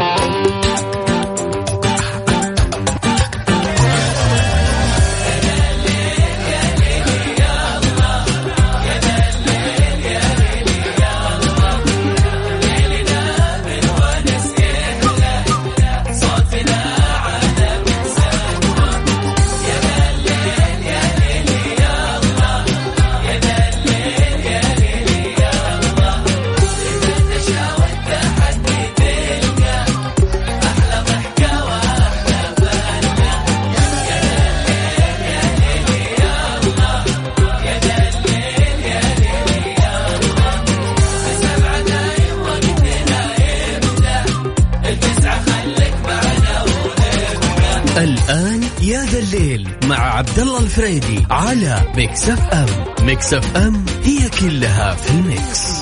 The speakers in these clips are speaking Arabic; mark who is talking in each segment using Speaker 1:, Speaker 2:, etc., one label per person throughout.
Speaker 1: الآن يا ذا الليل مع عبد الله الفريدي على ميكس اف ام. ميكس اف ام هي كلها في الميكس.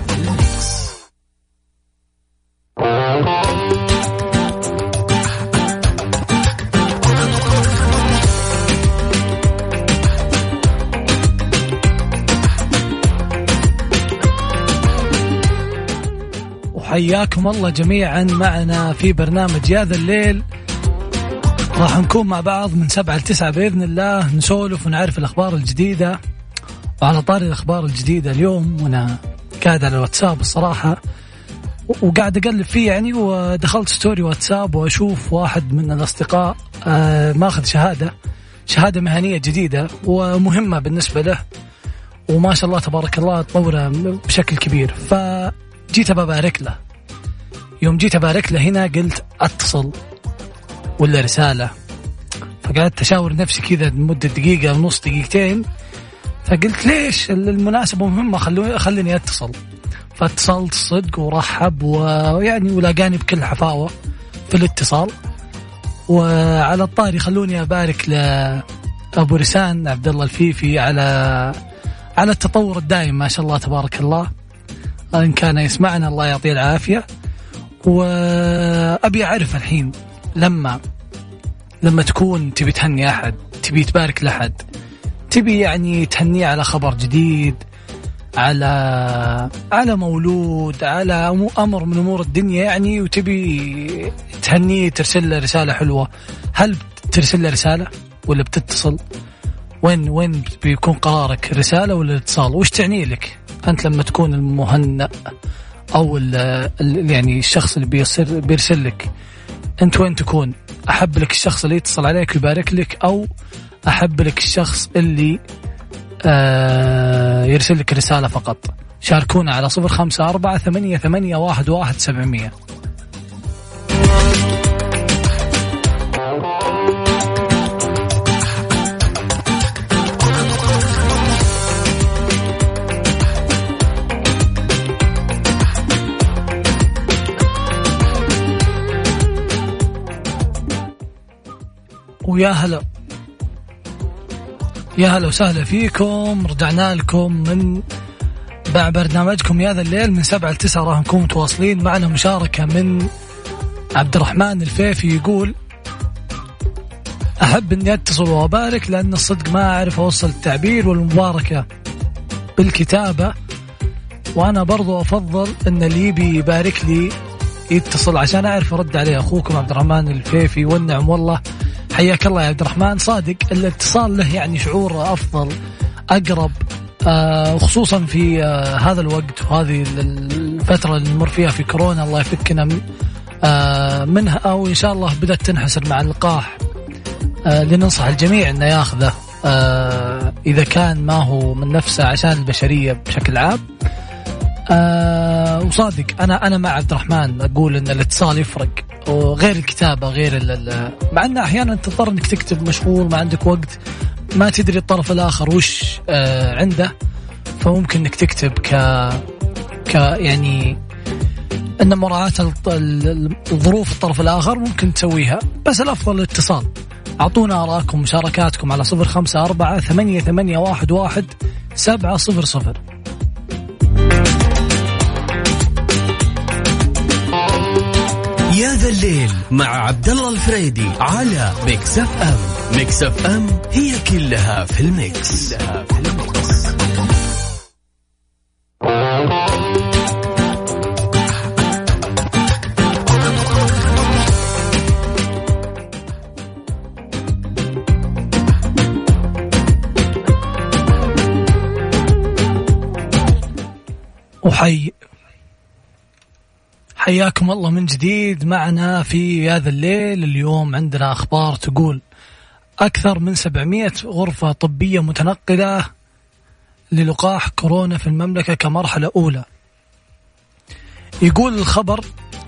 Speaker 2: وحياكم الله جميعا معنا في برنامج يا ذا الليل. راح نكون مع بعض من 7 ل9 بإذن الله، نسولف ونعرف الأخبار الجديدة. وعلى طاري الأخبار الجديدة اليوم، وأنا قاعد على الواتساب الصراحة وقاعد أقلب فيه يعني، ودخلت ستوري واتساب وأشوف واحد من الأصدقاء ماخذ شهادة مهنية جديدة ومهمة بالنسبة له، وما شاء الله تبارك الله تطوره بشكل كبير. فجيت أبارك له. يوم جيت أبارك له هنا قلت أتصل ولا رسالة، فقعدت أشاور نفسي كذا لمدة دقيقة ونص دقيقتين، فقلت ليش المناسبة مهمة خليني أتصل. فاتصلت الصدق ورحب ويعني ولاقاني بكل حفاوة في الاتصال. وعلى الطاري خلوني أبارك لأبو رسان عبد الله الفيفي على التطور الدائم ما شاء الله تبارك الله. إن كان يسمعنا الله يعطيه العافية. وأبي أعرف الحين لما تكون تبي تهني أحد، تبي تبارك لأحد، تبي يعني تهنيه على خبر جديد، على مولود، على أمر من أمور الدنيا يعني، وتبي تهنيه ترسل له رسالة حلوة، هل ترسل له رسالة ولا بتتصل؟ وين بيكون قرارك، رسالة ولا الاتصال؟ وش تعني لك أنت لما تكون المهنأ أو يعني الشخص اللي بيرسل لك؟ أنت وين تكون؟ أحب لك الشخص اللي يتصل عليك ويبارك لك، أو أحب لك الشخص اللي يرسل لك رسالة فقط؟ شاركونا على 0548811700. ويا هلا وسهلا فيكم. رجعنا لكم من بعد برنامجكم يا ذا الليل من 7 ل 9. راح نكون متواصلين. معنا مشاركة من عبد الرحمن الفيفي يقول أحب أني أتصل وأبارك لأن الصدق ما أعرف أوصل التعبير والمباركة بالكتابة، وأنا برضو أفضل أن اللي يبي يبارك لي يتصل عشان أعرف أرد عليه. أخوكم عبد الرحمن الفيفي. والنعم والله، حياك الله يا عبد الرحمن. صادق الاتصال له يعني شعور أفضل، أقرب، خصوصا في هذا الوقت وهذه الفترة اللي نمر فيها في كورونا. الله يفكنا منها، أو إن شاء الله بدأت تنحسر مع اللقاح. لننصح الجميع أنه ياخذه إذا كان ما هو من نفسه عشان البشرية بشكل عام. وصادق أنا مع عبد الرحمن، أقول أن الاتصال يفرق، وغير الكتابة، غير مع أن أحيانا تضطر أنك تكتب، مشغول ما عندك وقت، ما تدري الطرف الآخر وش عنده، فممكن أنك تكتب يعني أن مراعاة الظروف الطرف الآخر ممكن تسويها، بس الأفضل الاتصال. أعطونا آراءكم ومشاركاتكم على 0548811700.
Speaker 1: يا ذا الليل مع عبد الله الفريدي على ميكس اف ام. ميكس اف ام هي كلها في الميكس.
Speaker 2: حياكم الله من جديد معنا في هذا الليل. اليوم عندنا أخبار تقول أكثر من 700 غرفة طبية متنقلة للقاح كورونا في المملكة كمرحلة أولى. يقول الخبر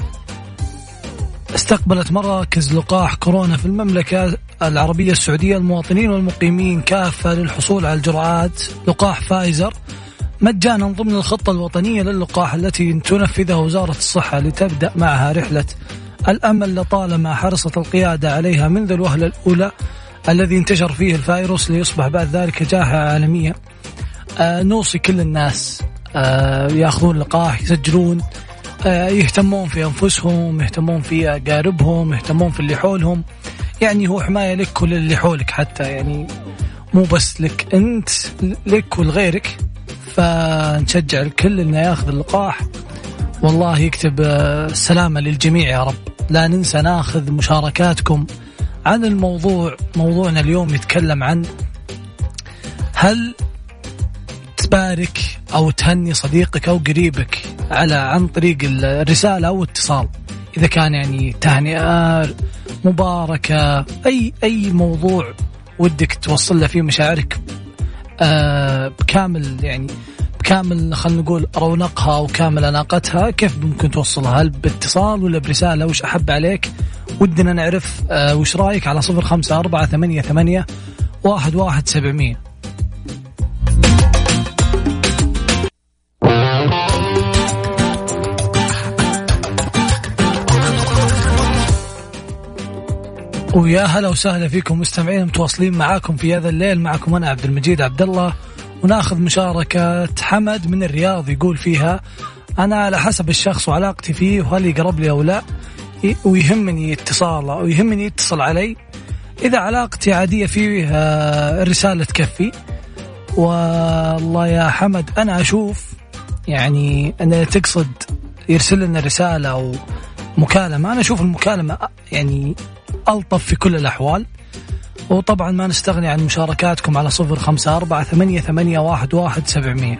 Speaker 2: استقبلت مراكز لقاح كورونا في المملكة العربية السعودية المواطنين والمقيمين كافة للحصول على الجرعات لقاح فايزر مجانا ضمن الخطة الوطنية للقاح التي تنفذها وزارة الصحة لتبدأ معها رحلة الأمل لطالما حرصت القيادة عليها منذ الوهلة الأولى الذي انتشر فيه الفيروس ليصبح بعد ذلك جائحة عالمية. نوصي كل الناس يأخذون لقاح، يسجلون، يهتمون في أنفسهم، يهتمون في أقاربهم، يهتمون في اللي حولهم. يعني هو حماية لك وللي حولك حتى، يعني مو بس لك أنت، لك ولغيرك. فنشجع الكل إنه يأخذ اللقاح، والله يكتب السلامة للجميع يا رب. لا ننسى ناخذ مشاركاتكم عن الموضوع. موضوعنا اليوم يتكلم عن هل تبارك أو تهني صديقك أو قريبك عن طريق الرسالة أو اتصال، إذا كان يعني تهنئة مباركة، أي موضوع ودك توصل له فيه مشاعرك بكامل، يعني بكامل خلينا نقول رونقها أو كامل أناقتها. كيف ممكن توصلها؟ هل باتصال ولا برسالة؟ وش أحب عليك؟ ودنا نعرف وش رأيك على 0548811700. ويا هلا وسهلا فيكم مستمعين متواصلين معاكم في هذا الليل. معكم أنا عبد المجيد عبد الله، وناخذ مشاركة حمد من الرياض. يقول فيها أنا على حسب الشخص وعلاقتي فيه وهل يقرب لي أو لا، ويهمني اتصاله أو يهمني يتصل علي. إذا علاقتي عادية فيه الرسالة تكفي. والله يا حمد أنا أشوف يعني أن تقصد يرسل لنا رسالة أو مكالمة. أنا أشوف المكالمة يعني ألطف في كل الأحوال. وطبعا ما نستغني عن مشاركاتكم على 0548811700.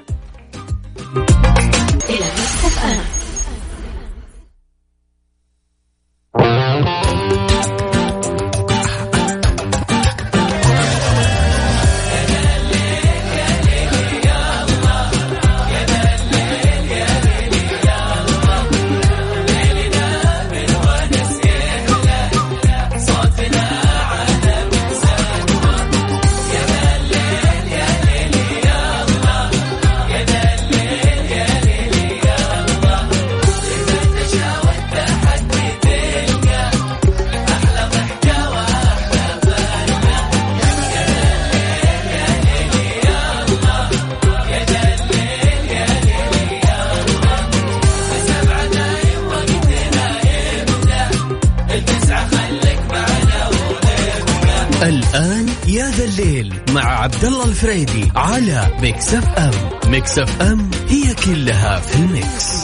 Speaker 1: الآن يا ذا الليل مع عبد الله الفريدي على ميكس اف ام. ميكس اف ام هي كلها في الميكس.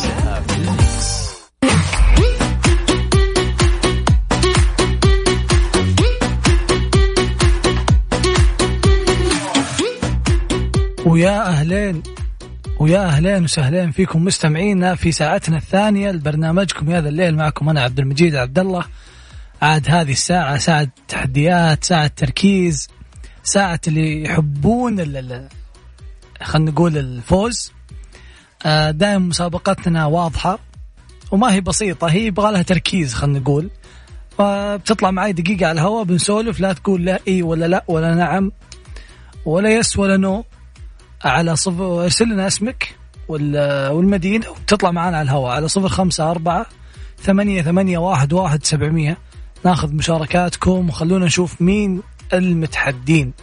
Speaker 1: ويا أهلين وسهلين فيكم مستمعينا في ساعتنا الثانية لبرنامجكم يا ذا الليل. معكم أنا عبد المجيد عبد الله. عاد هذه الساعة ساعة تحديات، ساعة تركيز، ساعة اللي يحبون خلينا نقول الفوز. دائما مسابقتنا واضحة وما هي بسيطة، هي يبغى لها تركيز. خلينا نقول بتطلع معي دقيقة على الهواء بنسولف، لا تقول لا إيه ولا لا ولا نعم ولا يس ولا نو. على ارسل لنا اسمك والمدينة وتطلع معنا على الهواء على 0548811700. ناخذ مشاركاتكم وخلونا نشوف مين المتحدين.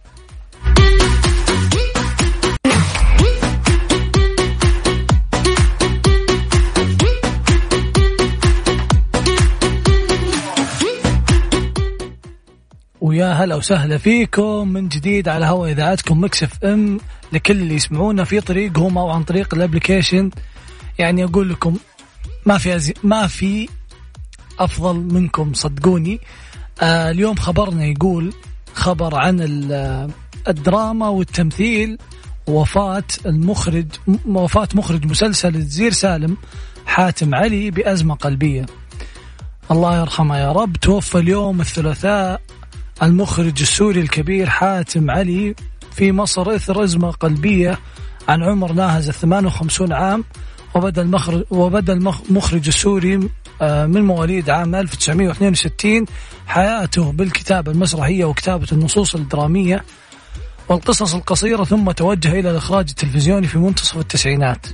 Speaker 1: ويا هلا وسهلا فيكم من جديد على هوا إذاعتكم ميكس اف ام. لكل اللي يسمعونا في طريقهم أو عن طريق الابليكيشن، يعني أقول لكم ما في أفضل منكم صدقوني. اليوم خبرنا يقول خبر عن الدراما والتمثيل
Speaker 2: وفاة مخرج مسلسل الزير سالم حاتم علي بأزمة قلبية. الله يرحمه يا رب. توفى اليوم الثلاثاء المخرج السوري الكبير حاتم علي في مصر إثر أزمة قلبية عن عمر ناهز 58 عام. وبدأ المخرج السوري من مواليد عام 1962 حياته بالكتابة المسرحية وكتابة النصوص الدرامية والقصص القصيرة، ثم توجه إلى الإخراج التلفزيوني في منتصف التسعينات.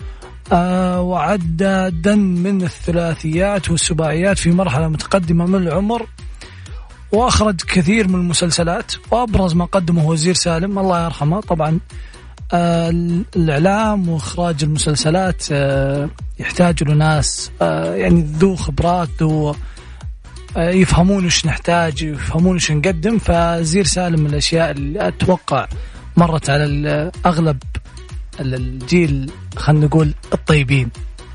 Speaker 2: وعددا من الثلاثيات والسباعيات في مرحلة متقدمة من العمر، وأخرج كثير من المسلسلات، وأبرز ما قدمه وزير سالم الله يرحمه. طبعا الإعلام وإخراج المسلسلات يحتاج له ناس يعني ذو خبرات يفهمون وش نحتاج، يفهمون وش نقدم. فزير سالم من الأشياء اللي أتوقع مرت على أغلب الجيل، خلنا نقول الطيبين.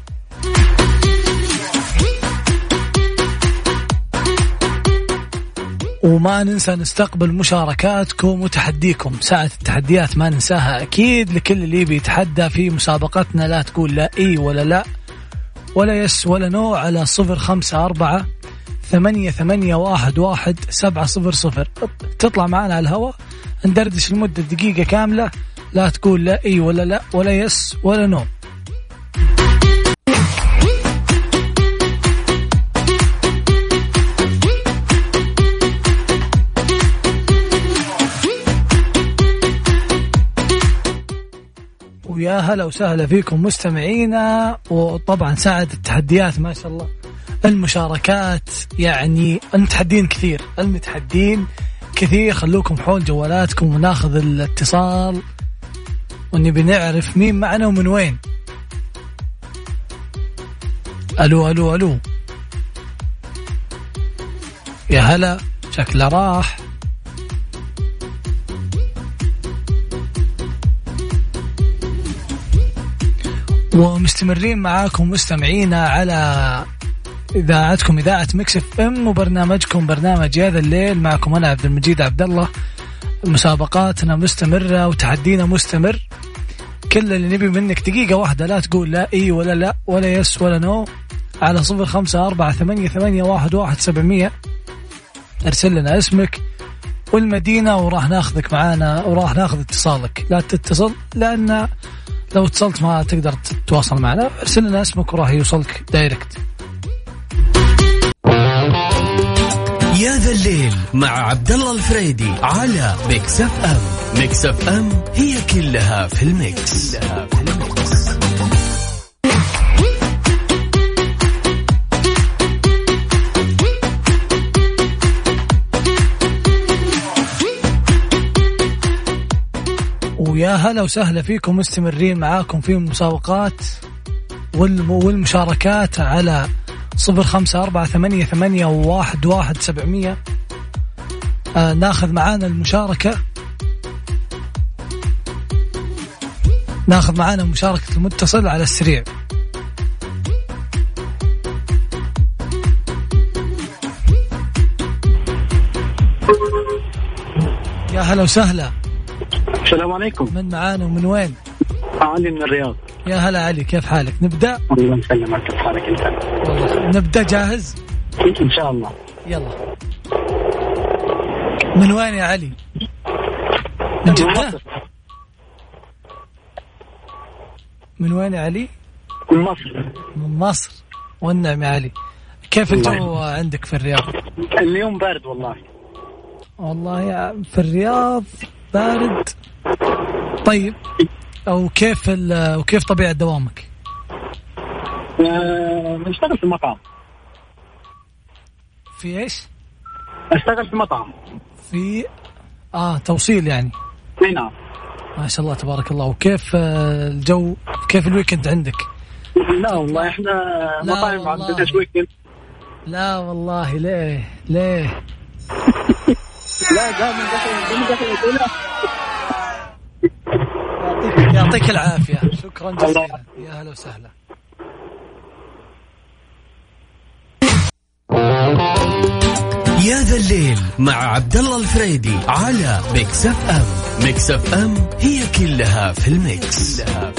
Speaker 2: وما ننسى نستقبل مشاركاتكم وتحديكم. ساعة التحديات ما ننساها أكيد لكل اللي بيتحدى في مسابقتنا. لا تقول لا إي ولا لا ولا يس ولا نو على 0548811700. تطلع معنا على الهواء ندردش لمدة دقيقة كاملة. لا تقول لا إي ولا لا ولا يس ولا نو. ويا هلا وسهلا فيكم مستمعينا. وطبعا ساعة التحديات ما شاء الله المشاركات يعني المتحدين كثير. خلوكم حول جوالاتكم وناخذ الاتصال ونبي نعرف مين معنا ومن وين. ألو ألو ألو يا هلا، شكله راح. ومستمرين معاكم مستمعينا على إذاعتكم إذاعة ميكس اف ام وبرنامجكم برنامج هذا الليل. معكم أنا عبد المجيد عبد الله. مسابقاتنا مستمرة وتحدينا مستمر. كل اللي نبي منك دقيقة واحدة، لا تقول لا إي ولا لا ولا يس ولا نو، على 0548811700. ارسل لنا اسمك والمدينة وراح ناخذك معانا وراح ناخذ اتصالك. لا تتصل لأن لو اتصلت ما تقدر تتواصل معنا. ارسل لنا اسمك وراح يوصلك دايركت.
Speaker 3: يا ذا الليل مع عبد الله الفريدي على ميكس اف ام. ميكس اف ام هي كلها في الميكس.
Speaker 2: ويا هلا وسهلا فيكم مستمرين معاكم في المسابقات والمشاركات على 0548811700. ناخذ معانا المشاركة، ناخذ معانا مشاركة المتصل على السريع. يا هلا وسهلا.
Speaker 4: السلام عليكم.
Speaker 2: من معانا ومن وين؟
Speaker 4: علي من الرياض.
Speaker 2: يا هلا علي، كيف حالك؟ نبدأ؟
Speaker 4: الله يسلمك، كيف حالك انت؟
Speaker 2: والله نبدأ. جاهز؟
Speaker 4: ان شاء الله.
Speaker 2: يلا. من وين يا علي؟ من جدة؟ من وين يا علي؟
Speaker 4: من مصر.
Speaker 2: من مصر. والنعم يا علي. كيف الجو عندك في الرياض؟
Speaker 4: اليوم بارد والله.
Speaker 2: والله يا في الرياض بارد. طيب وكيف طبيعة دوامك؟
Speaker 4: نشتغل في مطعم.
Speaker 2: في ايش؟
Speaker 4: اشتغل في مطعم.
Speaker 2: في توصيل يعني.
Speaker 4: نعم.
Speaker 2: ما شاء الله تبارك الله. وكيف الجو؟ كيف الويكند عندك؟
Speaker 4: لا والله احنا مطاعم عندنا ويكند.
Speaker 2: لا والله ليه
Speaker 4: لا قام من دخل
Speaker 2: يعطيك العافية. شكرا جزيلا. يا هلا وسهلا.
Speaker 3: يا ذا الليل مع عبد الله الفريدي على ميكس اف ام. ميكس اف ام هي كلها في الميكس.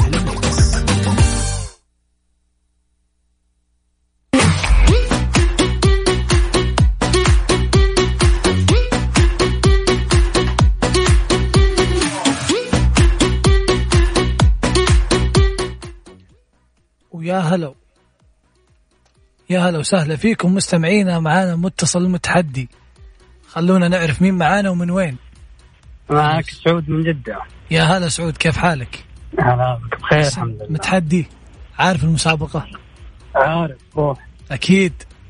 Speaker 1: ويا هلا يا هلا وسهلا فيكم مستمعينا. معانا متصل المتحدي، خلونا نعرف مين معانا ومن وين.
Speaker 4: معك سعود من جدة.
Speaker 1: يا هلا سعود، كيف حالك؟
Speaker 4: هلا بخير الحمد لله.
Speaker 1: متحدي، عارف المسابقة؟
Speaker 4: عارف روح.
Speaker 1: أكيد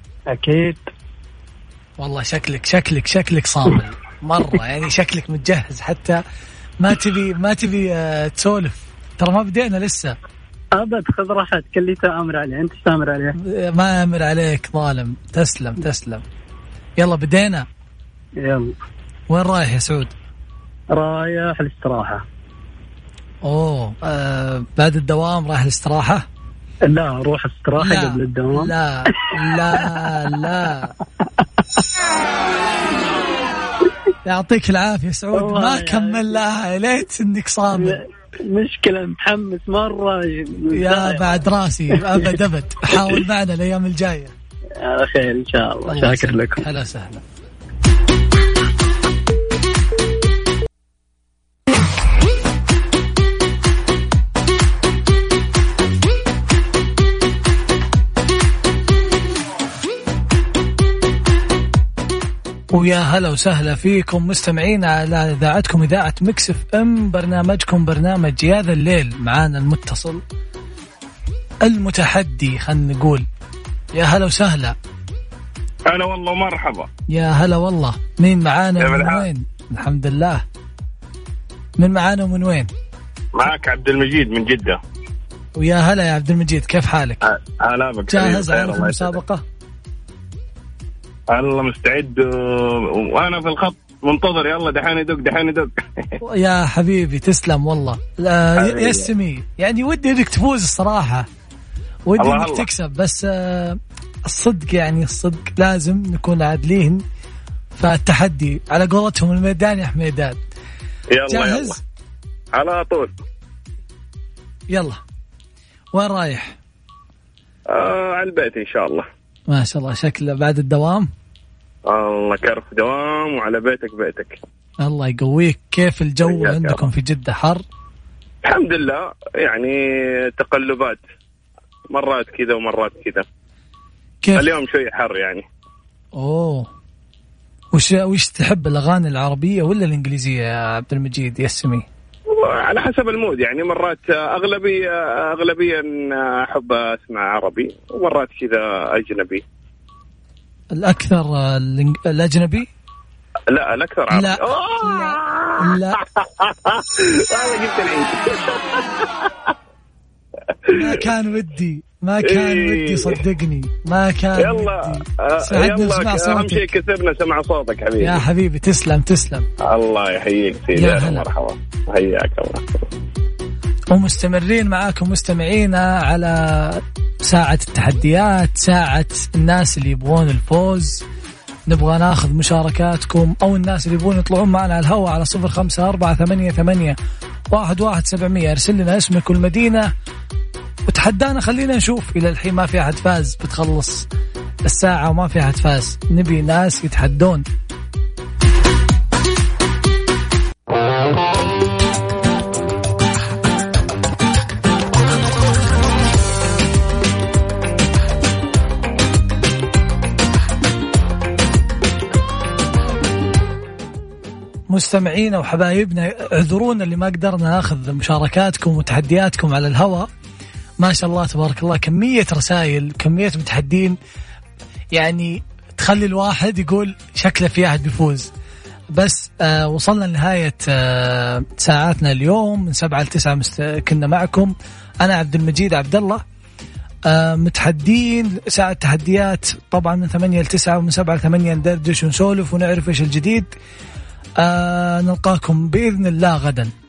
Speaker 1: والله شكلك صامل مرة يعني شكلك متجهز، حتى ما تبي تسولف، ترى ما بدينا لسه.
Speaker 4: أبد خذ راحتك، اللي تأمر عليه أنت تأمر عليه.
Speaker 1: ما أمر عليك ظالم. تسلم. يلا بدينا.
Speaker 4: يلا.
Speaker 1: وين رايح يا سعود؟
Speaker 4: رايح الاستراحة.
Speaker 1: بعد الدوام رايح الاستراحة؟
Speaker 4: لا روح استراحة قبل الدوام.
Speaker 1: لا يعطيك العافية سعود، ما كمل لها ليت انك صامل.
Speaker 4: مشكلة متحمس مرة
Speaker 1: يا بعد راسي. أبد حاول معنا الأيام الجاية.
Speaker 4: على خير إن شاء الله. شاكر لكم.
Speaker 1: هلا سهلا. ويا هلا وسهلا فيكم مستمعين على إذاعتكم إذاعة ميكس اف ام، برنامجكم برنامج يا ذا الليل. معانا المتصل المتحدي، خلنا نقول يا هلا وسهلا.
Speaker 5: هلا والله مرحبا.
Speaker 1: يا هلا والله. مين معانا ومن وين؟ الحمد لله. من معانا ومن وين؟
Speaker 5: معك عبد المجيد من جدة.
Speaker 1: ويا هلا يا عبد المجيد، كيف حالك؟
Speaker 5: هلا بك.
Speaker 1: جاهز على المسابقة؟
Speaker 5: الله مستعد وانا في الخط منتظر. يلا دحين يدق
Speaker 1: يا حبيبي تسلم والله. يسمي يعني ودي انك تفوز الصراحة، ودي انك تكسب، بس الصدق يعني الصدق لازم نكون عادلين. فالتحدي على قولتهم الميدان يا حميدان. جاهز؟
Speaker 5: على طول.
Speaker 1: يلا. وين رايح؟
Speaker 5: على البيت ان شاء الله.
Speaker 1: ما شاء الله، شكله بعد الدوام.
Speaker 5: الله كرف دوام وعلى بيتك. الله
Speaker 1: يقويك. كيف الجو عندكم في جدة؟ حر؟
Speaker 5: الحمد لله، يعني تقلبات، مرات كذا ومرات كذا. كيف اليوم شوي حر يعني.
Speaker 1: وش تحب، الأغاني العربية ولا الإنجليزية يا عبد المجيد يسمي؟
Speaker 5: على حسب المود يعني. مرات أغلبيا أحب أسمع عربي، ومرات كذا أجنبي.
Speaker 1: الأكثر الأجنبي؟
Speaker 5: لا الأكثر عربي.
Speaker 1: لا
Speaker 5: هذا جبت العيد.
Speaker 1: ما كان ودي صدقني، ما كان.
Speaker 5: يلا أهم شيء كسرنا سمع صوتك حبيبي.
Speaker 1: يا حبيبي تسلم.
Speaker 5: الله يحييك سيدي. مرحبا، حياك الله.
Speaker 1: ومستمرين معاكم مستمعينا على ساعة التحديات، ساعة الناس اللي يبغون الفوز. نبغى ناخذ مشاركاتكم أو الناس اللي يبغون يطلعون معنا على الهواء على 0548811700. ارسل لنا اسمك والمدينة وتحدانا. خلينا نشوف. إلى الحين ما في أحد فاز، بتخلص الساعة وما في أحد فاز. نبي ناس يتحدون. مستمعينا وحبايبنا، اعذرونا اللي ما قدرنا ناخذ مشاركاتكم وتحدياتكم على الهواء. ما شاء الله تبارك الله، كمية رسائل، كمية متحدين، يعني تخلي الواحد يقول شكله في أحد بيفوز. بس وصلنا لنهاية ساعاتنا اليوم من 7 ل 9 كنا معكم أنا عبد المجيد عبد الله. متحدين ساعة تحديات طبعا من 8 ل 9 ومن 7 ل 8 ندردش ونسولف ونعرف إيش الجديد. نلقاكم بإذن الله غدا.